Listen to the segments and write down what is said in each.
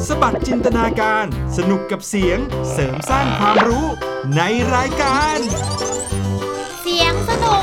สบัดจินตนาการสนุกกับเสียงเสริมสร้างความรู้ในรายการเสียงสนุก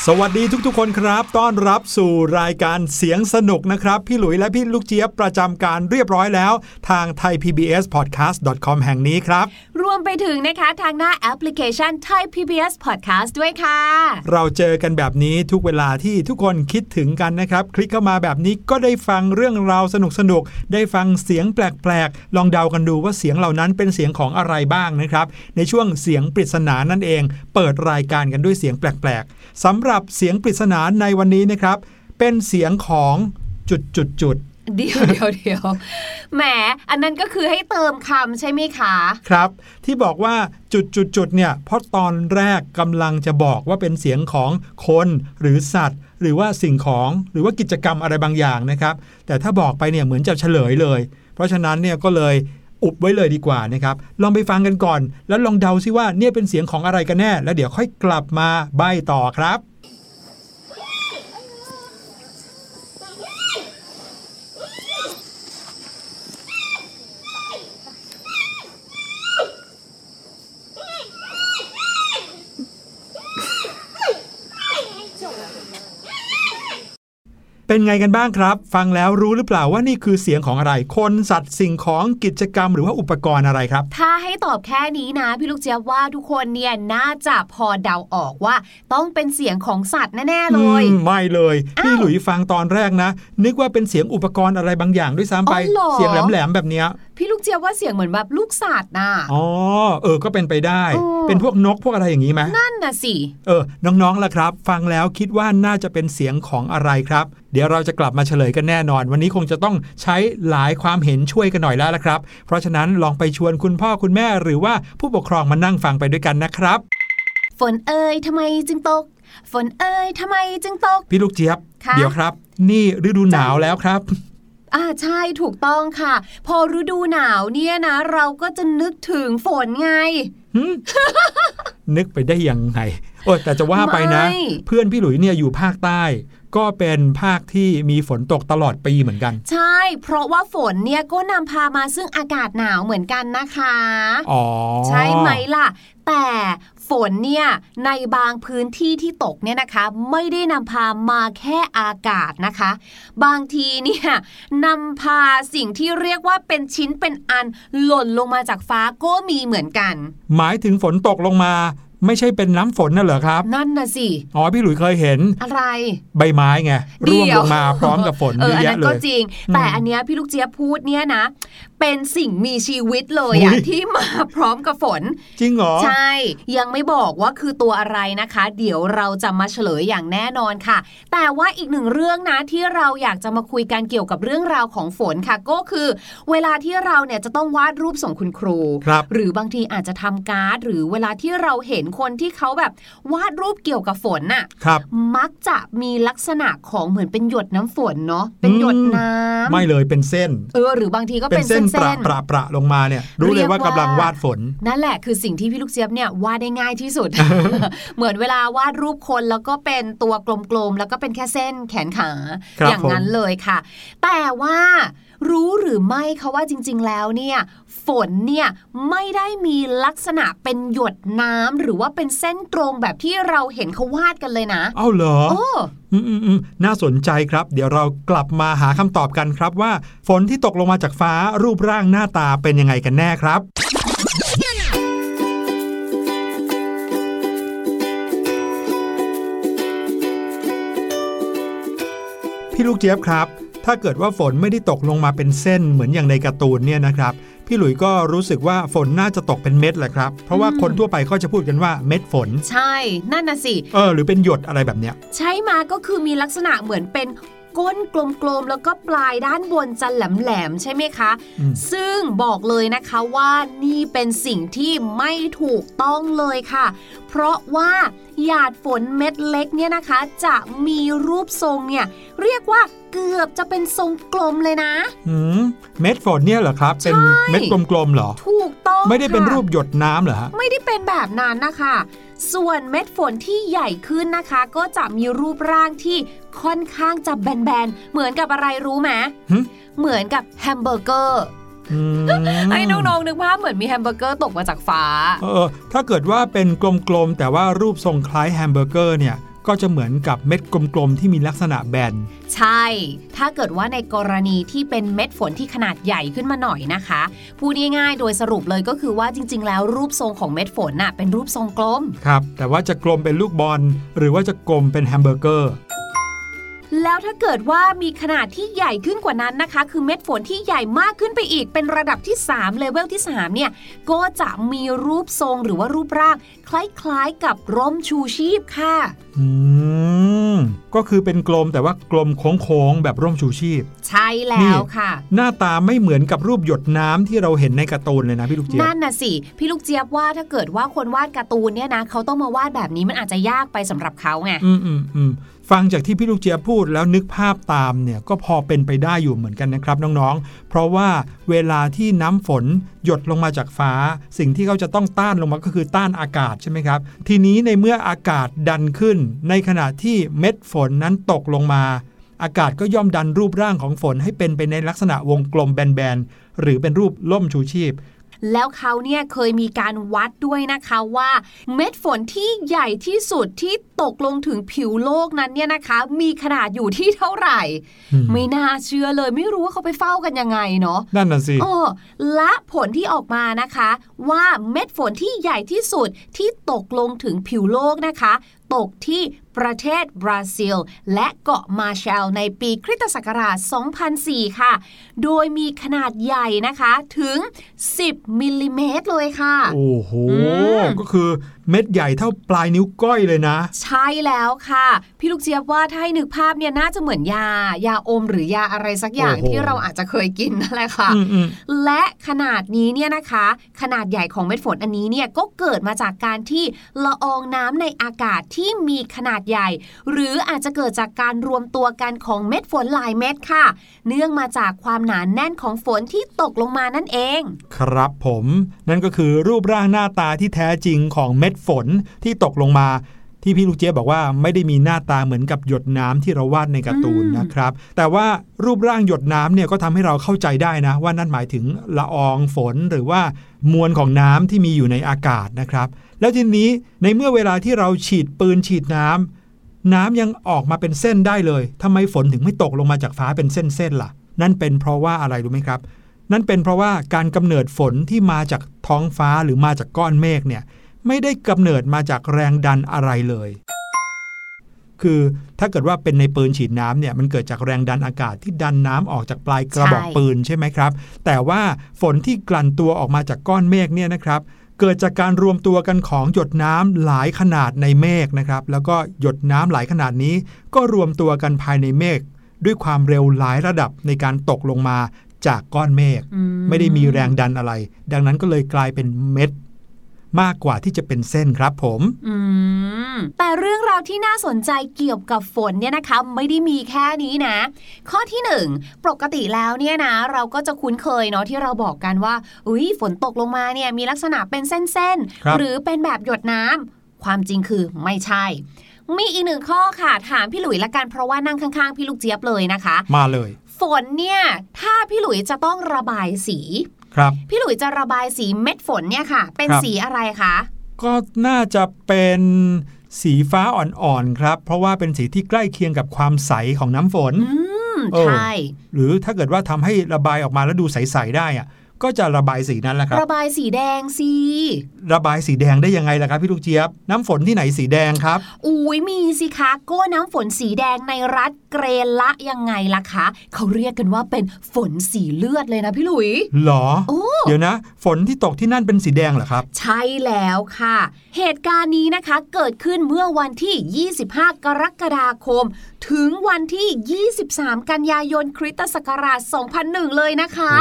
สวัสดีทุกๆคนครับต้อนรับสู่รายการเสียงสนุกนะครับพี่หลุยและพี่ลูกเจี๊ยบประจำการเรียบร้อยแล้วทาง thaipbspodcast.com แห่งนี้ครับรวมไปถึงนะคะทางหน้าแอปพลิเคชัน Thai PBS Podcast ด้วยค่ะเราเจอกันแบบนี้ทุกเวลาที่ทุกคนคิดถึงกันนะครับคลิกเข้ามาแบบนี้ก็ได้ฟังเรื่องราวสนุกๆได้ฟังเสียงแปลกๆลองเดากันดูว่าเสียงเหล่านั้นเป็นเสียงของอะไรบ้างนะครับในช่วงเสียงปริศนานั่นเองเปิดรายการกันด้วยเสียงแปลกๆสำหรับเสียงปริศนาในวันนี้นะครับเป็นเสียงของจุดเดี๋ยวแหมอันนั้นก็คือให้เติมคำใช่ไหมคะครับที่บอกว่าจุดเนี่ยเพราะตอนแรกกำลังจะบอกว่าเป็นเสียงของคนหรือสัตว์หรือว่าสิ่งของหรือว่ากิจกรรมอะไรบางอย่างนะครับแต่ถ้าบอกไปเนี่ยเหมือนจะเฉลยเลยเพราะฉะนั้นเนี่ยก็เลยอุบไว้เลยดีกว่านะครับลองไปฟังกันก่อนแล้วลองเดาซิว่าเนี่ยเป็นเสียงของอะไรกันแน่แล้วเดี๋ยวค่อยกลับมาใบ้ต่อครับเป็นไงกันบ้างครับฟังแล้วรู้หรือเปล่าว่านี่คือเสียงของอะไรคนสัตว์สิ่งของกิจกรรมหรือว่าอุปกรณ์อะไรครับถ้าให้ตอบแค่นี้นะพี่ลูกเจี๊ยบว่าทุกคนเนี่ยน่าจะพอเดาออกว่าต้องเป็นเสียงของสัตว์แน่ๆเลยไม่เลยพี่หลุยฟังตอนแรกนะนึกว่าเป็นเสียงอุปกรณ์อะไรบางอย่างด้วยซ้ำไปเสียงแหลมๆแบบเนี้ยพี่ลูกเจี๊ยบว่าเสียงเหมือนแบบลูกสัตว์น่ะก็เป็นไปได้เป็นพวกนกพวกอะไรอย่างนี้ไหมนั่นน่ะสิน้องๆล่ะครับฟังแล้วคิดว่าน่าจะเป็นเสียงของอะไรครับเดี๋ยวเราจะกลับมาเฉลยกันแน่นอนวันนี้คงจะต้องใช้หลายความเห็นช่วยกันหน่อยแล้วละครับเพราะฉะนั้นลองไปชวนคุณพ่อคุณแม่หรือว่าผู้ปกครองมานั่งฟังไปด้วยกันนะครับฝนทำไมจึงตกฝนทำไมจึงตกพี่ลูกเจี๊ยบเดี๋ยวครับนี่ฤดูหนาวแล้วครับใช่ถูกต้องค่ะพอฤดูหนาวเนี่ยนะเราก็จะนึกถึงฝนไงนึกไปได้ยังไงแต่จะว่าไปนะเพื่อนพี่หลุยเนี่ยอยู่ภาคใต้ก็เป็นภาคที่มีฝนตกตลอดปีเหมือนกันใช่เพราะว่าฝนเนี่ยก็นำพามาซึ่งอากาศหนาวเหมือนกันนะคะใช่ไหมล่ะแต่ฝนเนี่ยในบางพื้นที่ที่ตกเนี่ยนะคะไม่ได้นำพามาแค่อากาศนะคะบางทีเนี่ยนำพาสิ่งที่เรียกว่าเป็นชิ้นเป็นอันหล่นลงมาจากฟ้าก็มีเหมือนกันหมายถึงฝนตกลงมาไม่ใช่เป็นน้ำฝนน่ะเหรอครับนั่นน่ะสิพี่หลุยเคยเห็นอะไรใบไม้ไงร่วงลงมาพร้อมกับฝนเยอะแยะเลยก็จริงแต่อันเนี้ยพี่ลูกเจี๊ยบพูดเนี่ยนะเป็นสิ่งมีชีวิตเลยที่มาพร้อมกับฝนจริงเหรอใช่ยังไม่บอกว่าคือตัวอะไรนะคะเดี๋ยวเราจะมาเฉลยอย่างแน่นอนค่ะแต่ว่าอีกหนึ่งเรื่องนะที่เราอยากจะมาคุยกันเกี่ยวกับเรื่องราวของฝนค่ะก็คือเวลาที่เราเนี่ยจะต้องวาดรูปส่งคุณครูหรือบางทีอาจจะทำการ์ดหรือเวลาที่เราเห็นคนที่เขาแบบวาดรูปเกี่ยวกับฝนน่ะมักจะมีลักษณะของเหมือนเป็นหยดน้ำฝนเนาะเป็นหยดน้ำไม่เลยเป็นเส้นหรือบางทีก็เป็นเส้นประลงมาเนี่ยรู้เลยว่ากำลังวาดฝนนั่นแหละคือสิ่งที่พี่ลูกเจี๊ยบเนี่ยวาดได้ง่ายที่สุด เหมือนเวลาวาดรูปคนแล้วก็เป็นตัวกลมๆแล้วก็เป็นแค่เส้นแขนขาอย่างนั้นเลยค่ะแต่ว่ารู้หรือไม่คะว่าจริงๆแล้วเนี่ยฝนเนี่ยไม่ได้มีลักษณะเป็นหยดน้ำหรือว่าเป็นเส้นตรงแบบที่เราเห็นเขาวาดกันเลยนะเหรอน่าสนใจครับเดี๋ยวเรากลับมาหาคำตอบกันครับว่าฝนที่ตกลงมาจากฟ้ารูปร่างหน้าตาเป็นยังไงกันแน่ครับพี่ลูกเจี๊ยบครับถ้าเกิดว่าฝนไม่ได้ตกลงมาเป็นเส้นเหมือนอย่างในการ์ตูนเนี่ยนะครับพี่หลุยก็รู้สึกว่าฝนน่าจะตกเป็นเม็ดแหละครับเพราะว่าคนทั่วไปก็จะพูดกันว่าเม็ดฝนใช่นั่นน่ะสิหรือเป็นหยดอะไรแบบเนี้ยใช่มาก็คือมีลักษณะเหมือนเป็นก้นกลมๆแล้วก็ปลายด้านบนจะแหลมๆใช่ไหมคะซึ่งบอกเลยนะคะว่านี่เป็นสิ่งที่ไม่ถูกต้องเลยค่ะเพราะว่าหยาดฝนเม็ดเล็กเนี่ยนะคะจะมีรูปทรงเนี่ยเรียกว่าเกือบจะเป็นทรงกลมเลยนะเม็ดฝนเนี่ยเหรอครับเป็นเม็ดกลมๆเหรอถูกต้องไม่ได้เป็นรูปหยดน้ำเหรอฮะไม่ได้เป็นแบบนั้นนะคะส่วนเม็ดฝนที่ใหญ่ขึ้นนะคะก็จะมีรูปร่างที่ค่อนข้างจะแบนๆเหมือนกับอะไรรู้ไหมเหมือนกับแฮมเบอร์เกอร์ให้น้องๆนึกภาพเหมือนมีแฮมเบอร์เกอร์ตกมาจากฟ้าถ้าเกิดว่าเป็นกลมๆแต่ว่ารูปทรงคล้ายแฮมเบอร์เกอร์เนี่ยก็จะเหมือนกับเม็ดกลมๆที่มีลักษณะแบนใช่ถ้าเกิดว่าในกรณีที่เป็นเม็ดฝนที่ขนาดใหญ่ขึ้นมาหน่อยนะคะพูดง่ายๆโดยสรุปเลยก็คือว่าจริงๆแล้วรูปทรงของเม็ดฝนน่ะเป็นรูปทรงกลมครับแต่ว่าจะกลมเป็นลูกบอลหรือว่าจะกลมเป็นแฮมเบอร์เกอร์แล้วถ้าเกิดว่ามีขนาดที่ใหญ่ขึ้นกว่านั้นนะคะคือเม็ดฝนที่ใหญ่มากขึ้นไปอีกเป็นระดับที่3เลเวลที่3เนี่ยก็จะมีรูปทรงหรือว่ารูปร่างคล้ายๆกับร่มชูชีพค่ะก็คือเป็นกลมแต่ว่ากลมโค้งๆแบบร่มชูชีพใช่แล้วค่ะหน้าตาไม่เหมือนกับรูปหยดน้ำที่เราเห็นในการ์ตูนเลยนะพี่ลูกเจี๊ยบนั่นน่ะสิพี่ลูกเจี๊ยบว่าถ้าเกิดว่าคนวาดการ์ตูนเนี่ยนะเขาต้องมาวาดแบบนี้มันอาจจะยากไปสำหรับเขาไงฟังจากที่พี่ลูกเจี๊ยบพูดแล้วนึกภาพตามเนี่ยก็พอเป็นไปได้อยู่เหมือนกันนะครับน้องๆเพราะว่าเวลาที่น้ำฝนหยดลงมาจากฟ้าสิ่งที่เขาจะต้องต้านลงมาก็คือต้านอากาศใช่ไหมครับทีนี้ในเมื่ออากาศดันขึ้นในขณะที่เม็ดฝนนั้นตกลงมาอากาศก็ย่อมดันรูปร่างของฝนให้เป็นไปในลักษณะวงกลมแบนๆหรือเป็นรูปล่มชูชีพแล้วเขาเนี่ยเคยมีการวัดด้วยนะคะว่าเม็ดฝนที่ใหญ่ที่สุดที่ตกลงถึงผิวโลกนั้นเนี่ยนะคะมีขนาดอยู่ที่เท่าไหร่ไม่น่าเชื่อเลยไม่รู้ว่าเขาไปเฝ้ากันยังไงเนาะนั่นน่ะสิและผลที่ออกมานะคะว่าเม็ดฝนที่ใหญ่ที่สุดที่ตกลงถึงผิวโลกนะคะตกที่ประเทศบราซิลและเกาะมาร์แชลในปีคริสตศักราช 2004 ค่ะโดยมีขนาดใหญ่นะคะถึง10มิลลิเมตรเลยค่ะโอ้โหก็คือเม็ดใหญ่เท่าปลายนิ้วก้อยเลยนะใช่แล้วค่ะพี่ลูกเจี๊ยบว่าถ้าให้นึกภาพเนี่ยน่าจะเหมือนยาอมหรือยาอะไรสักอย่างที่เราอาจจะเคยกินนั่นแหละค่ะและขนาดนี้เนี่ยนะคะขนาดใหญ่ของเม็ดฝนอันนี้เนี่ยก็เกิดมาจากการที่ละอองน้ำในอากาศที่มีขนาดใหญ่หรืออาจจะเกิดจากการรวมตัวกันของเม็ดฝนหลายเม็ดค่ะเนื่องมาจากความหนาแน่นของฝนที่ตกลงมานั่นเองครับผมนั่นก็คือรูปร่างหน้าตาที่แท้จริงของเม็ดฝนที่ตกลงมาที่พี่ลูกเจี๊ยบบอกว่าไม่ได้มีหน้าตาเหมือนกับหยดน้ำที่เราวาดในการ์ตูนนะครับแต่ว่ารูปร่างหยดน้ำเนี่ยก็ทำให้เราเข้าใจได้นะว่านั่นหมายถึงละอองฝนหรือว่ามวลของน้ำที่มีอยู่ในอากาศนะครับแล้วทีนี้ในเมื่อเวลาที่เราฉีดปืนฉีดน้ำยังออกมาเป็นเส้นได้เลยทำไมฝนถึงไม่ตกลงมาจากฟ้าเป็นเส้นๆล่ะนั่นเป็นเพราะว่าอะไรรู้ไหมครับนั่นเป็นเพราะว่าการกำเนิดฝนที่มาจากท้องฟ้าหรือมาจากก้อนเมฆเนี่ยไม่ได้กำเนิดมาจากแรงดันอะไรเลยคือถ้าเกิดว่าเป็นในปืนฉีดน้ำเนี่ยมันเกิดจากแรงดันอากาศที่ดันน้ำออกจากปลายกระบอกปืนใช่ไหมครับแต่ว่าฝนที่กลั่นตัวออกมาจากก้อนเมฆเนี่ยนะครับเกิดจากการรวมตัวกันของหยดน้ำหลายขนาดในเมฆนะครับแล้วก็หยดน้ำหลายขนาดนี้ก็รวมตัวกันภายในเมฆด้วยความเร็วหลายระดับในการตกลงมาจากก้อนเมฆไม่ได้มีแรงดันอะไรดังนั้นก็เลยกลายเป็นเม็ดมากกว่าที่จะเป็นเส้นครับผมแต่เรื่องราวที่น่าสนใจเกี่ยวกับฝนเนี่ยนะคะไม่ได้มีแค่นี้นะข้อที่1ปกติแล้วเนี่ยนะเราก็จะคุ้นเคยเนาะที่เราบอกกันว่าฝนตกลงมาเนี่ยมีลักษณะเป็นเส้นๆ หรือเป็นแบบหยดน้ำความจริงคือไม่ใช่มีอีก1ข้อค่ะถามพี่หลุยละกันเพราะว่านั่งข้างๆพี่ลูกเจี๊ยบเลยนะคะมาเลยฝนเนี่ยถ้าพี่หลุยจะต้องระบายสีครับพี่หลุยจะระบายสีเม็ดฝนเนี่ยค่ะเป็นสีอะไรคะก็น่าจะเป็นสีฟ้าอ่อนๆครับเพราะว่าเป็นสีที่ใกล้เคียงกับความใสของน้ำฝนใช่หรือถ้าเกิดว่าทำให้ระบายออกมาแล้วดูใสๆได้อะก็จะระบายสีนั้นแหละครับระบายสีแดงสิระบายสีแดงได้ยังไงล่ะครับพี่ลูกเจี๊ยบน้ำฝนที่ไหนสีแดงครับมีสิคะก็น้ำฝนสีแดงในรัฐเกรละยังไงล่ะคะเขาเรียกกันว่าเป็นฝนสีเลือดเลยนะพี่หลุยหรอเดี๋ยวนะฝนที่ตกที่นั่นเป็นสีแดงเหรอครับใช่แล้วค่ะเหตุการณ์นี้นะคะเกิดขึ้นเมื่อวันที่25กรกฎาคมถึงวันที่23กันยายนคริสตศักราช2001เลยนะคะ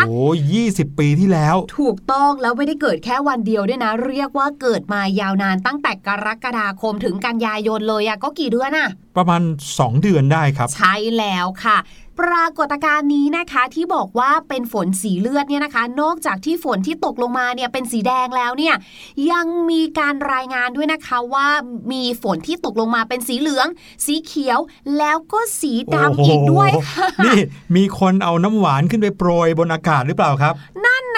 20 ปีที่แล้วถูกต้องแล้วไม่ได้เกิดแค่วันเดียวด้วยนะเรียกว่าเกิดมายาวนานตั้งแต่กรกฎาคมถึงกันยายนเลยก็กี่เดือนประมาณ2 เดือนได้ครับใช่แล้วค่ะปรากฏการณ์นี้นะคะที่บอกว่าเป็นฝนสีเลือดเนี่ยนะคะนอกจากที่ฝนที่ตกลงมาเนี่ยเป็นสีแดงแล้วเนี่ยยังมีการรายงานด้วยนะคะว่ามีฝนที่ตกลงมาเป็นสีเหลืองสีเขียวแล้วก็สีดำอีกด้วยค่ะนี่มีคนเอาน้ำหวานขึ้นไปโปรยบนอากาศหรือเปล่าครับนั่นน่ะ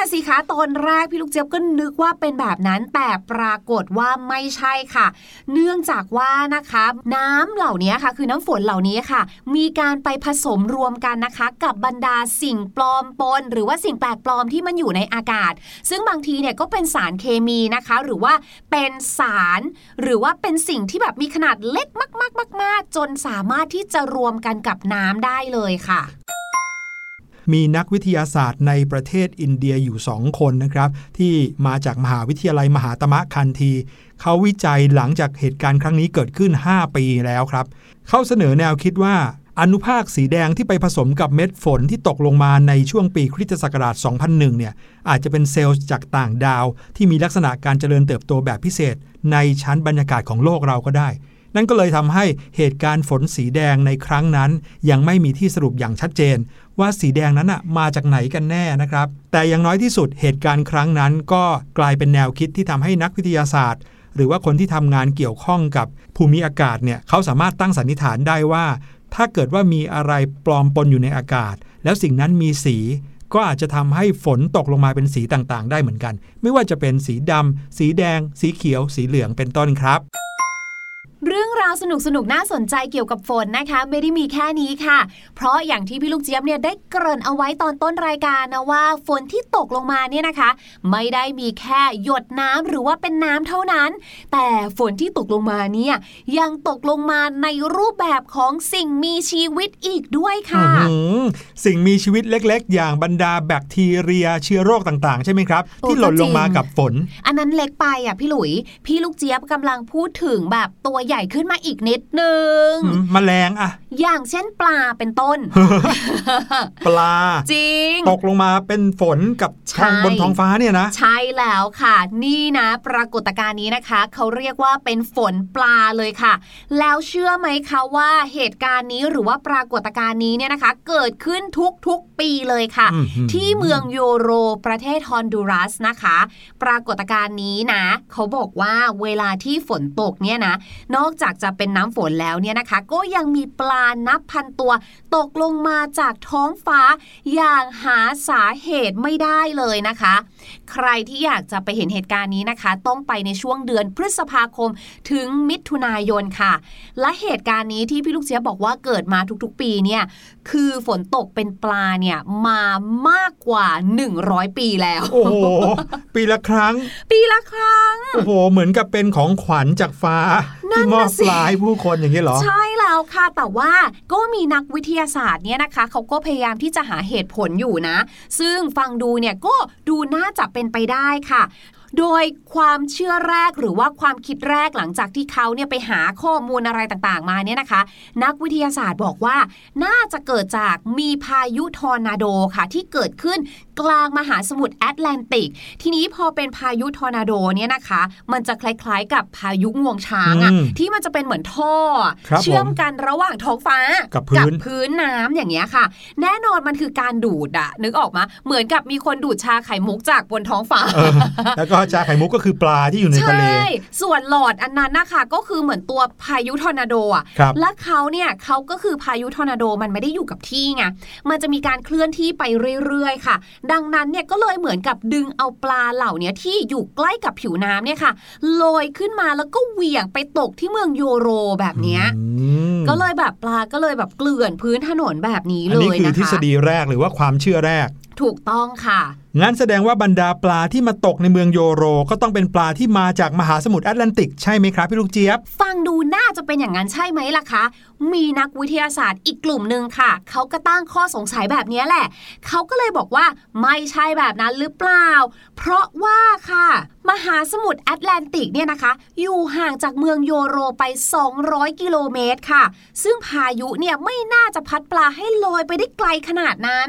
น่ะสิคะตอนแรกพี่ลูกเจี๊ยบก็นึกว่าเป็นแบบนั้นแต่ปรากฏว่าไม่ใช่ค่ะเนื่องจากว่านะคะน้ำเหล่านี้ค่ะคือน้ำฝนเหล่านี้ค่ะมีการไปผสมรวมกันนะคะกับบรรดาสิ่งปลอมปนหรือว่าสิ่งแปลกปลอมที่มันอยู่ในอากาศซึ่งบางทีเนี่ยก็เป็นสารเคมีนะคะหรือว่าเป็นสารหรือว่าเป็นสิ่งที่แบบมีขนาดเล็กมากๆจนสามารถที่จะรวมกันกับน้ำได้เลยค่ะมีนักวิทยาศาสตร์ในประเทศอินเดียอยู่2คนนะครับที่มาจากมหาวิทยาลัยมหาตมะคันธีเขาวิจัยหลังจากเหตุการณ์ครั้งนี้เกิดขึ้น5ปีแล้วครับเขาเสนอแนวคิดว่าอนุภาคสีแดงที่ไปผสมกับเม็ดฝนที่ตกลงมาในช่วงปีคริสตศักราช 2001 เนี่ยอาจจะเป็นเซลล์จากต่างดาวที่มีลักษณะการเจริญเติบโตแบบพิเศษในชั้นบรรยากาศของโลกเราก็ได้นั่นก็เลยทำให้เหตุการณ์ฝนสีแดงในครั้งนั้นยังไม่มีที่สรุปอย่างชัดเจนว่าสีแดงนั้นมาจากไหนกันแน่นะครับแต่อย่างน้อยที่สุดเหตุการณ์ครั้งนั้นก็กลายเป็นแนวคิดที่ทำให้นักวิทยาศาสตร์หรือว่าคนที่ทำงานเกี่ยวข้องกับภูมิอากาศเนี่ยเขาสามารถตั้งสันนิษฐานได้ว่าถ้าเกิดว่ามีอะไรปลอมปนอยู่ในอากาศแล้วสิ่งนั้นมีสีก็อาจจะทำให้ฝนตกลงมาเป็นสีต่างๆได้เหมือนกันไม่ว่าจะเป็นสีดำสีแดงสีเขียวสีเหลืองเป็นต้นครับเรื่องราวสนุกๆน่าสนใจเกี่ยวกับฝนนะคะไม่ได้มีแค่นี้ค่ะเพราะอย่างที่พี่ลูกเจี๊ยบเนี่ยได้เกริ่นเอาไว้ตอนต้นรายการนะว่าฝนที่ตกลงมาเนี่ยนะคะไม่ได้มีแค่หยดน้ำหรือว่าเป็นน้ำเท่านั้นแต่ฝนที่ตกลงมาเนี่ยยังตกลงมาในรูปแบบของสิ่งมีชีวิตอีกด้วยค่ะสิ่งมีชีวิตเล็กๆอย่างบรรดาแบคทีเรียเชื้อโรคต่างๆใช่ไหมครับที่หล่นลงมากับฝนอันนั้นเล็กไปอ่ะพี่หลุยพี่ลูกเจี๊ยบกำลังพูดถึงแบบตัวใหญ่ขึ้นมาอีกนิดนึงแมลงอะอย่างเช่นปลาเป็นต้นปลาจริงตกลงมาเป็นฝนกับท้องบนท้องฟ้าเนี่ยนะใช่แล้วค่ะนี่นะปรากฏการณ์นี้นะคะเขาเรียกว่าเป็นฝนปลาเลยค่ะแล้วเชื่อไหมคะว่าเหตุการณ์นี้หรือว่าปรากฏการณ์นี้เนี่ยนะคะเกิดขึ้นทุกปีเลยค่ะที่เมืองโยโรประเทศฮอนดูรัสนะคะปรากฏการณ์นี้นะเขาบอกว่าเวลาที่ฝนตกเนี่ยนะนอกจากจะเป็นน้ำฝนแล้วเนี่ยนะคะก็ยังมีปลานับพันตัวตกลงมาจากท้องฟ้าอย่างหาสาเหตุไม่ได้เลยนะคะใครที่อยากจะไปเห็นเหตุการณ์นี้นะคะต้องไปในช่วงเดือนพฤษภาคมถึงมิถุนายนค่ะและเหตุการณ์นี้ที่พี่ลูกเจี๊ยบบอกว่าเกิดมาทุกๆปีเนี่ยคือฝนตกเป็นปลาเนี่ยมามากกว่า100ปีแล้วโอ้โหปีละครั้งโอ้โหเหมือนกับเป็นของขวัญจากฟ้าที่มอบปลาให้ผู้คนอย่างนี้เหรอใช่แล้วค่ะแต่ว่าก็มีนักวิทยาศาสตร์เนี่ยนะคะเขาก็พยายามที่จะหาเหตุผลอยู่นะซึ่งฟังดูเนี่ยก็ดูน่าจะเป็นไปได้ค่ะโดยความเชื่อแรกหรือว่าความคิดแรกหลังจากที่เขาเนี่ยไปหาข้อมูลอะไรต่างๆมาเนี่ยนะคะนักวิทยาศาสตร์บอกว่าน่าจะเกิดจากมีพายุทอร์นาโดค่ะที่เกิดขึ้นกลางมหาสมุทรแอตแลนติกทีนี้พอเป็นพายุทอร์นาโดเนี่ยนะคะมันจะคล้ายๆกับพายุงวงช้างอะที่มันจะเป็นเหมือนท่อเชื่อมกันระหว่างท้องฟ้ากับพื้นน้ำอย่างเงี้ยค่ะแน่นอนมันคือการดูดอะนึกออกมาเหมือนกับมีคนดูดชาไข่มุกจากบนท้องฟ้าแล้วก็ชาไข่มุกก็คือปลาที่อยู่ในทะเลใช่ส่วนหลอดอันนั้นนะคะก็คือเหมือนตัวพายุทอร์นาโดอ่ะและเขาก็คือพายุทอร์นาโดมันไม่ได้อยู่กับที่ไงมันจะมีการเคลื่อนที่ไปเรื่อยๆค่ะดังนั้นเนี่ยก็เลยเหมือนกับดึงเอาปลาเหล่านี้ที่อยู่ใกล้กับผิวน้ำเนี่ยค่ะลอยขึ้นมาแล้วก็เหวี่ยงไปตกที่เมืองโยโรแบบนี้ก็เลยแบบปลาก็เลยแบบเกลื่อนพื้นถนนแบบนี้เลยนะคะอันนี้คือทฤษฎีแรกหรือว่าความเชื่อแรกถูกต้องค่ะงั้นแสดงว่าบรรดาปลาที่มาตกในเมืองโยโรก็ต้องเป็นปลาที่มาจากมหาสมุทรแอตแลนติกใช่ไหมครับพี่ลูกเจี๊ยบฟังดูน่าจะเป็นอย่างนั้นใช่ไหมล่ะคะมีนักวิทยาศาสตร์อีกกลุ่มนึงค่ะเขาก็ตั้งข้อสงสัยแบบนี้แหละเขาก็เลยบอกว่าไม่ใช่แบบนั้นหรือเปล่าเพราะว่าค่ะมหาสมุทรแอตแลนติกเนี่ยนะคะอยู่ห่างจากเมืองโยโรไป200กิโลเมตรค่ะซึ่งพายุเนี่ยไม่น่าจะพัดปลาให้ลอยไปได้ไกลขนาดนั้น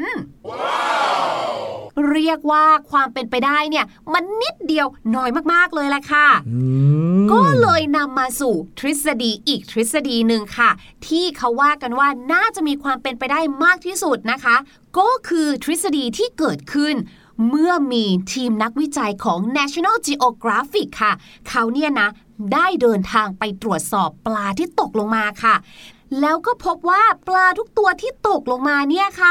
wow. เรียกว่าความเป็นไปได้เนี่ยมันนิดเดียวน้อยมากๆเลยแหละค่ะก็เลยนำมาสู่ทฤษฎีอีกทฤษฎีหนึ่งค่ะที่เขาว่ากันว่าน่าจะมีความเป็นไปได้มากที่สุดนะคะก็คือทฤษฎีที่เกิดขึ้นเมื่อมีทีมนักวิจัยของ National Geographic ค่ะเขาเนี่ยนะได้เดินทางไปตรวจสอบปลาที่ตกลงมาค่ะแล้วก็พบว่าปลาทุกตัวที่ตกลงมาเนี่ยค่ะ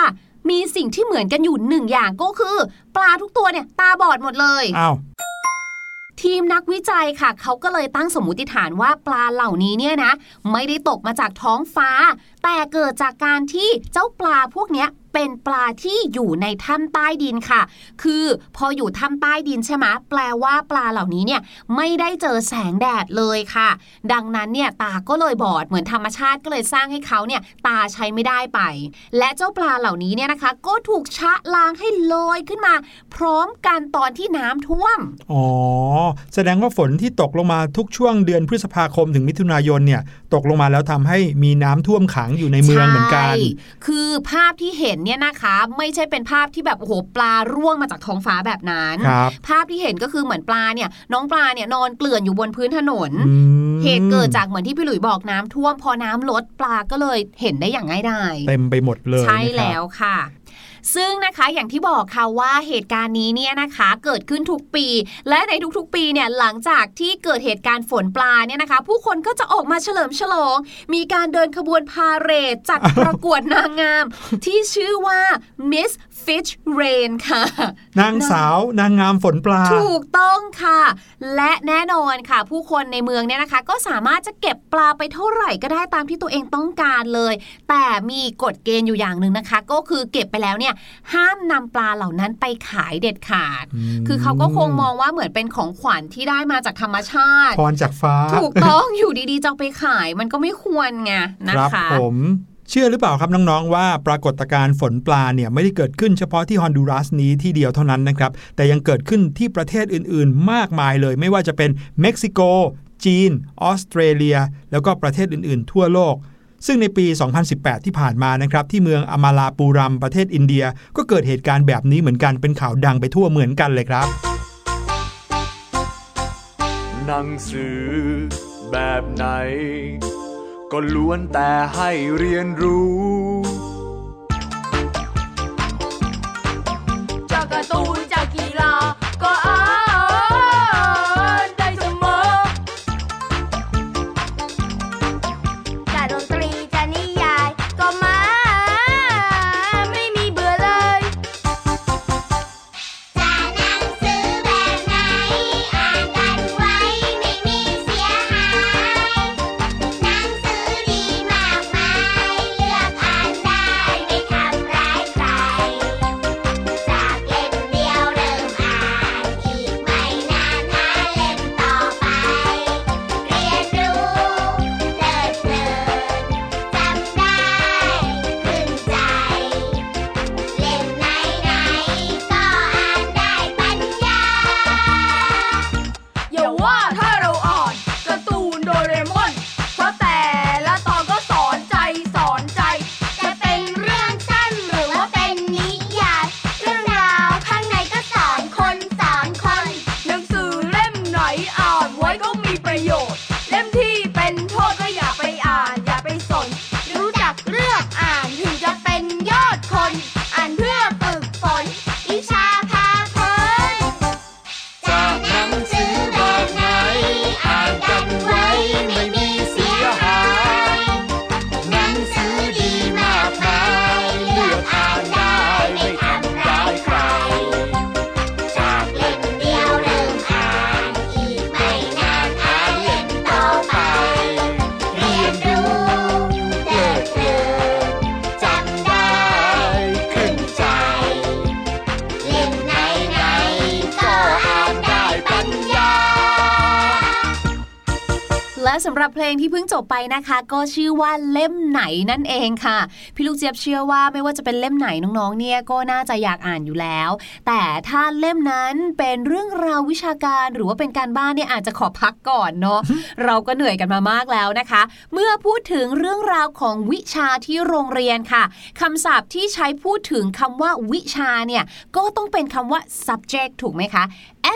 มีสิ่งที่เหมือนกันอยู่1อย่างก็คือปลาทุกตัวเนี่ยตาบอดหมดเลยอ้าวทีมนักวิจัยค่ะเขาก็เลยตั้งสมมุติฐานว่าปลาเหล่านี้เนี่ยนะไม่ได้ตกมาจากท้องฟ้าแต่เกิดจากการที่เจ้าปลาพวกเนี้ยเป็นปลาที่อยู่ในถ้ำใต้ดินค่ะคือพออยู่ถ้ำใต้ดินใช่ไหมแปลว่าปลาเหล่านี้เนี่ยไม่ได้เจอแสงแดดเลยค่ะดังนั้นเนี่ยตาก็เลยบอดเหมือนธรรมชาติก็เลยสร้างให้เขาเนี่ยตาใช้ไม่ได้ไปและเจ้าปลาเหล่านี้เนี่ยนะคะก็ถูกชะล้างให้ลอยขึ้นมาพร้อมกันตอนที่น้ำท่วมอ๋อแสดงว่าฝนที่ตกลงมาทุกช่วงเดือนพฤษภาคมถึงมิถุนายนเนี่ยตกลงมาแล้วทำให้มีน้ำท่วมขังอยู่ในเมืองเหมือนกันคือภาพที่เห็นเนี่ยนะคะไม่ใช่เป็นภาพที่แบบโอ้โหปลาร่วงมาจากท้องฟ้าแบบนั้นภาพที่เห็นก็คือเหมือนปลาเนี่ยน้องปลาเนี่ยนอนเกลื่อนอยู่บนพื้นถนนเหตุเกิดจากเหมือนที่พี่หลุยบอกน้ำท่วมพอน้ำลดปลาก็เลยเห็นได้อย่างง่ายดายเต็มไปหมดเลยใช่แล้วค่ะซึ่งนะคะอย่างที่บอกค่ะว่าเหตุการณ์นี้เนี่ยนะคะเกิดขึ้นทุกปีและในทุกๆปีเนี่ยหลังจากที่เกิดเหตุการณ์ฝนปลาเนี่ยนะคะผู้คนก็จะออกมาเฉลิมฉลองมีการเดินขบวนพาเหรดจัดประกวดนางงามที่ชื่อว่า Miss Fish Rain ค่ะนางสาวนางงามฝนปลาถูกต้องค่ะและแน่นอนค่ะผู้คนในเมืองเนี่ยนะคะก็สามารถจะเก็บปลาไปเท่าไหร่ก็ได้ตามที่ตัวเองต้องการเลยแต่มีกฎเกณฑ์อยู่อย่างนึงนะคะก็คือเก็บไปแล้วเนี่ยห้ามนำปลาเหล่านั้นไปขายเด็ดขาดคือเขาก็คงมองว่าเหมือนเป็นของขวัญที่ได้มาจากธรรมชาติพรจากฟ้าถูกต้องอยู่ดีๆจะไปขายมันก็ไม่ควรไงนะคะผมเชื่อหรือเปล่าครับน้องๆว่าปรากฏการณ์ฝนปลาเนี่ยไม่ได้เกิดขึ้นเฉพาะที่ฮอนดูรัสนี้ที่เดียวเท่านั้นนะครับแต่ยังเกิดขึ้นที่ประเทศอื่นๆมากมายเลยไม่ว่าจะเป็นเม็กซิโกจีนออสเตรเลียแล้วก็ประเทศอื่นๆทั่วโลกซึ่งในปี 2018 ที่ผ่านมานะครับที่เมืองอมาลาปูรัมประเทศอินเดียก็เกิดเหตุการณ์แบบนี้เหมือนกันเป็นข่าวดังไปทั่วเหมือนกันเลยครับหนังสือแบบไหนก็ล้วนแต่ให้เรียนรู้จากการ์ตูนจากกีฬาก็อ่านได้เสมอจากดนตรีจากนิยายก็มาไม่มีเบื่อเลยจากหนังสือแบบไหนอ่านกันไว้ไม่มีเสียหายหนังสือดีมากมายเลือกอ่านได้ไม่ทำร้ายใครจากเล่มเดียวเริ่มอ่านอีกไม่นานหาเล่มต่อไปเรียนรู้เพลิดเพลินจำได้ขึ้นใจเล่มไหนๆก็อ่านได้ปัญญาอย่าว่าถ้าเราอ่านการ์ตูนโดเรมอนเพราะแต่ละตอนก็สอนใจจะเป็นเรื่องสั้นหรือว่าเป็นนิยายเรื่องราวข้างในก็สอนคนหนังสือเล่มไหนอ่านไว้ก็มีประโยชน์เล่มที่เป็นโทษก็อย่าไปอ่านอย่าไปสนรู้จักเลือกอ่านถึงจะเป็นยอดคนอ่านเพื่อฝึกฝนวิชาพาเพลินจากหนังสือแบบไหนอ่านกันไว้ไม่มีเสียหายหนังสือดีมากมายเลือกอ่านได้ไม่ทำร้ายใครจากเล่มเดียวเริ่มอ่านอีกไม่นานอ่านเล่มต่อไปเรียนรู้เพลิดเพลินจำได้ขึ้นใจเล่มไหนๆก็อ่านได้ปัญญาและสำหรับเพลงที่เพิ่งจบไปนะคะก็ชื่อว่าเล่มไหนนั่นเองค่ะพี่ลูกเจี๊ยบเชื่อว่าไม่ว่าจะเป็นเล่มไหนน้องๆเนี่ยก็น่าจะอยากอ่านอยู่แล้วแต่ถ้าเล่มนั้นเป็นเรื่องราววิชาการหรือว่าเป็นการบ้านเนี่ยอาจจะขอพักก่อนเนาะ เราก็เหนื่อยกันมามากแล้วนะคะเมื่อพูดถึงเรื่องราวของวิชาที่โรงเรียนค่ะคำศัพท์ที่ใช้พูดถึงคำว่าวิชาเนี่ยก็ต้องเป็นคำว่า subject ถูกไหมคะ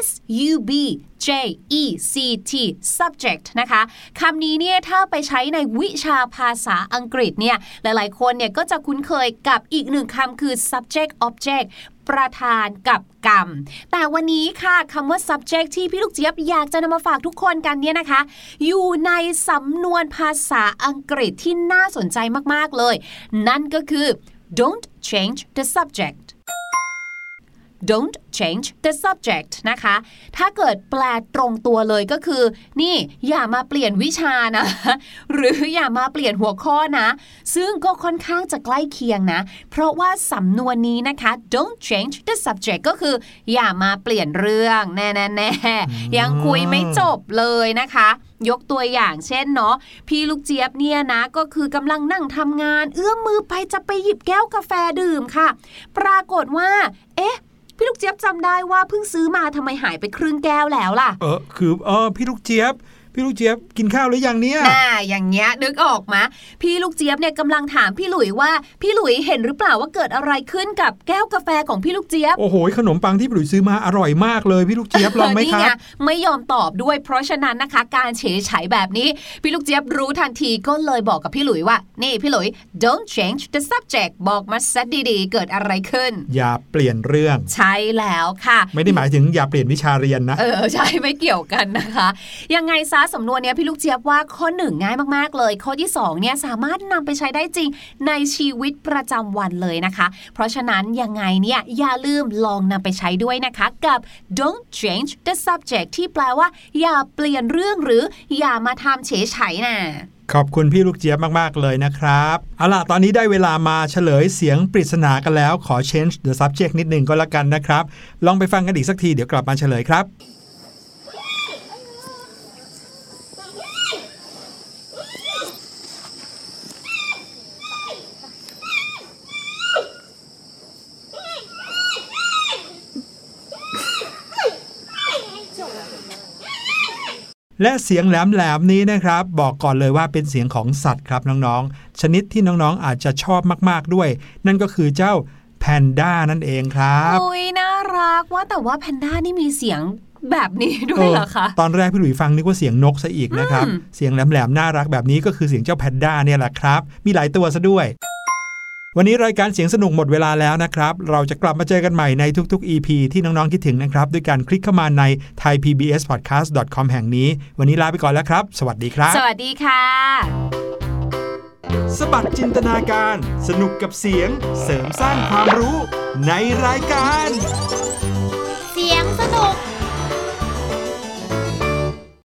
S-U-B-J-E-C-T subject นะคะคำนี้เนี่ยถ้าไปใช้ในวิชาภาษาอังกฤษเนี่ยหลายๆคนเนี่ยก็จะคุ้นเคยกับอีกหนึ่งคำคือ subject object ประธานกับกรรมแต่วันนี้ค่ะคำว่า subject ที่พี่ลูกเจี๊ยบอยากจะนำมาฝากทุกคนกันเนี่ยนะคะอยู่ในสำนวนภาษาอังกฤษที่น่าสนใจมากๆเลยนั่นก็คือ don't change the subject don't change the subject นะคะถ้าเกิดแปลตรงตัวเลยก็คือนี่อย่ามาเปลี่ยนวิชานะ หรืออย่ามาเปลี่ยนหัวข้อนะซึ่งก็ค่อนข้างจะใกล้เคียงนะเพราะว่าสำนวนนี้นะคะ don't change the subject ก็คืออย่ามาเปลี่ยนเรื่องแน่ๆยังคุยไม่จบเลยนะคะยกตัวอย่างเช่นเนาะพี่ลูกเจี๊ยบเนี่ยนะก็คือกำลังนั่งทำงานเอื้อมมือไปจะไปหยิบแก้วกาแฟดื่มค่ะปรากฏว่าพี่ลูกเจี๊ยบจำได้ว่าเพิ่งซื้อมาทำไมหายไปครึ่งแก้วแล้วล่ะคือพี่ลูกเจี๊ยบกินข้าวหรือยังเนี่ยอย่างเงี้ยนึกออกมาพี่ลูกเจี๊ยบเนี่ยกำลังถามพี่หลุยว่าพี่หลุยเห็นหรือเปล่าว่าเกิดอะไรขึ้นกับแก้วกาแฟของพี่ลูกเจี๊ยบโอ้โหขนมปังที่พี่หลุยซื้อมาอร่อยมากเลยพี่ลูกเจี๊ยบลองไหมครับไม่ยอมตอบด้วยเพราะฉะนั้นนะคะการเฉยเฉยแบบนี้พี่ลูกเจี๊ยบรู้ทันทีก็เลยบอกกับพี่หลุยว่านี่พี่หลุย don't change the subject บอกมาซะดีๆเกิดอะไรขึ้นอย่าเปลี่ยนเรื่องใช่แล้วค่ะไม่ได้หมายถึงอย่าเปลี่ยนวิชาเรียนนะใช่ไม่เกี่ยวกันนะคะยังไงซะสำนวนนี้พี่ลูกเจี๊ยบว่าข้อ1ง่ายมากๆเลยข้อที่2เนี่ยสามารถนำไปใช้ได้จริงในชีวิตประจำวันเลยนะคะเพราะฉะนั้นยังไงเนี่ยอย่าลืมลองนำไปใช้ด้วยนะคะกับ don't change the subject ที่แปลว่าอย่าเปลี่ยนเรื่องหรืออย่ามาทำเฉยๆนะขอบคุณพี่ลูกเจี๊ยบมากๆเลยนะครับเอาล่ะตอนนี้ได้เวลามาเฉลยเสียงปริศนากันแล้วขอ change the subject นิดนึงก็แล้วกันนะครับลองไปฟังกันอีกสักทีเดี๋ยวกลับมาเฉลยครับและเสียงแหลมๆนี้นะครับบอกก่อนเลยว่าเป็นเสียงของสัตว์ครับน้องๆชนิดที่น้องๆอาจจะชอบมากๆด้วยนั่นก็คือเจ้าแพนด้านั่นเองครับอุ๊ยน่ารักว่าแต่ว่าแพนด้านี่มีเสียงแบบนี้ด้วยเหรอคะตอนแรกพี่หลุยฟังนึกว่าเสียงนกซะอีกนะครับเสียงแหลมๆน่ารักแบบนี้ก็คือเสียงเจ้าแพนด้าเนี่ยแหละครับมีหลายตัวซะด้วยวันนี้รายการเสียงสนุกหมดเวลาแล้วนะครับเราจะกลับมาเจอกันใหม่ในทุกๆ EP ที่น้องๆคิดถึงนะครับด้วยการคลิกเข้ามาใน thaipbspodcast.com แห่งนี้วันนี้ลาไปก่อนแล้วครับสวัสดีครับสวัสดีค่ะสบัดจินตนาการสนุกกับเสียงเสริมสร้างความรู้ในรายการ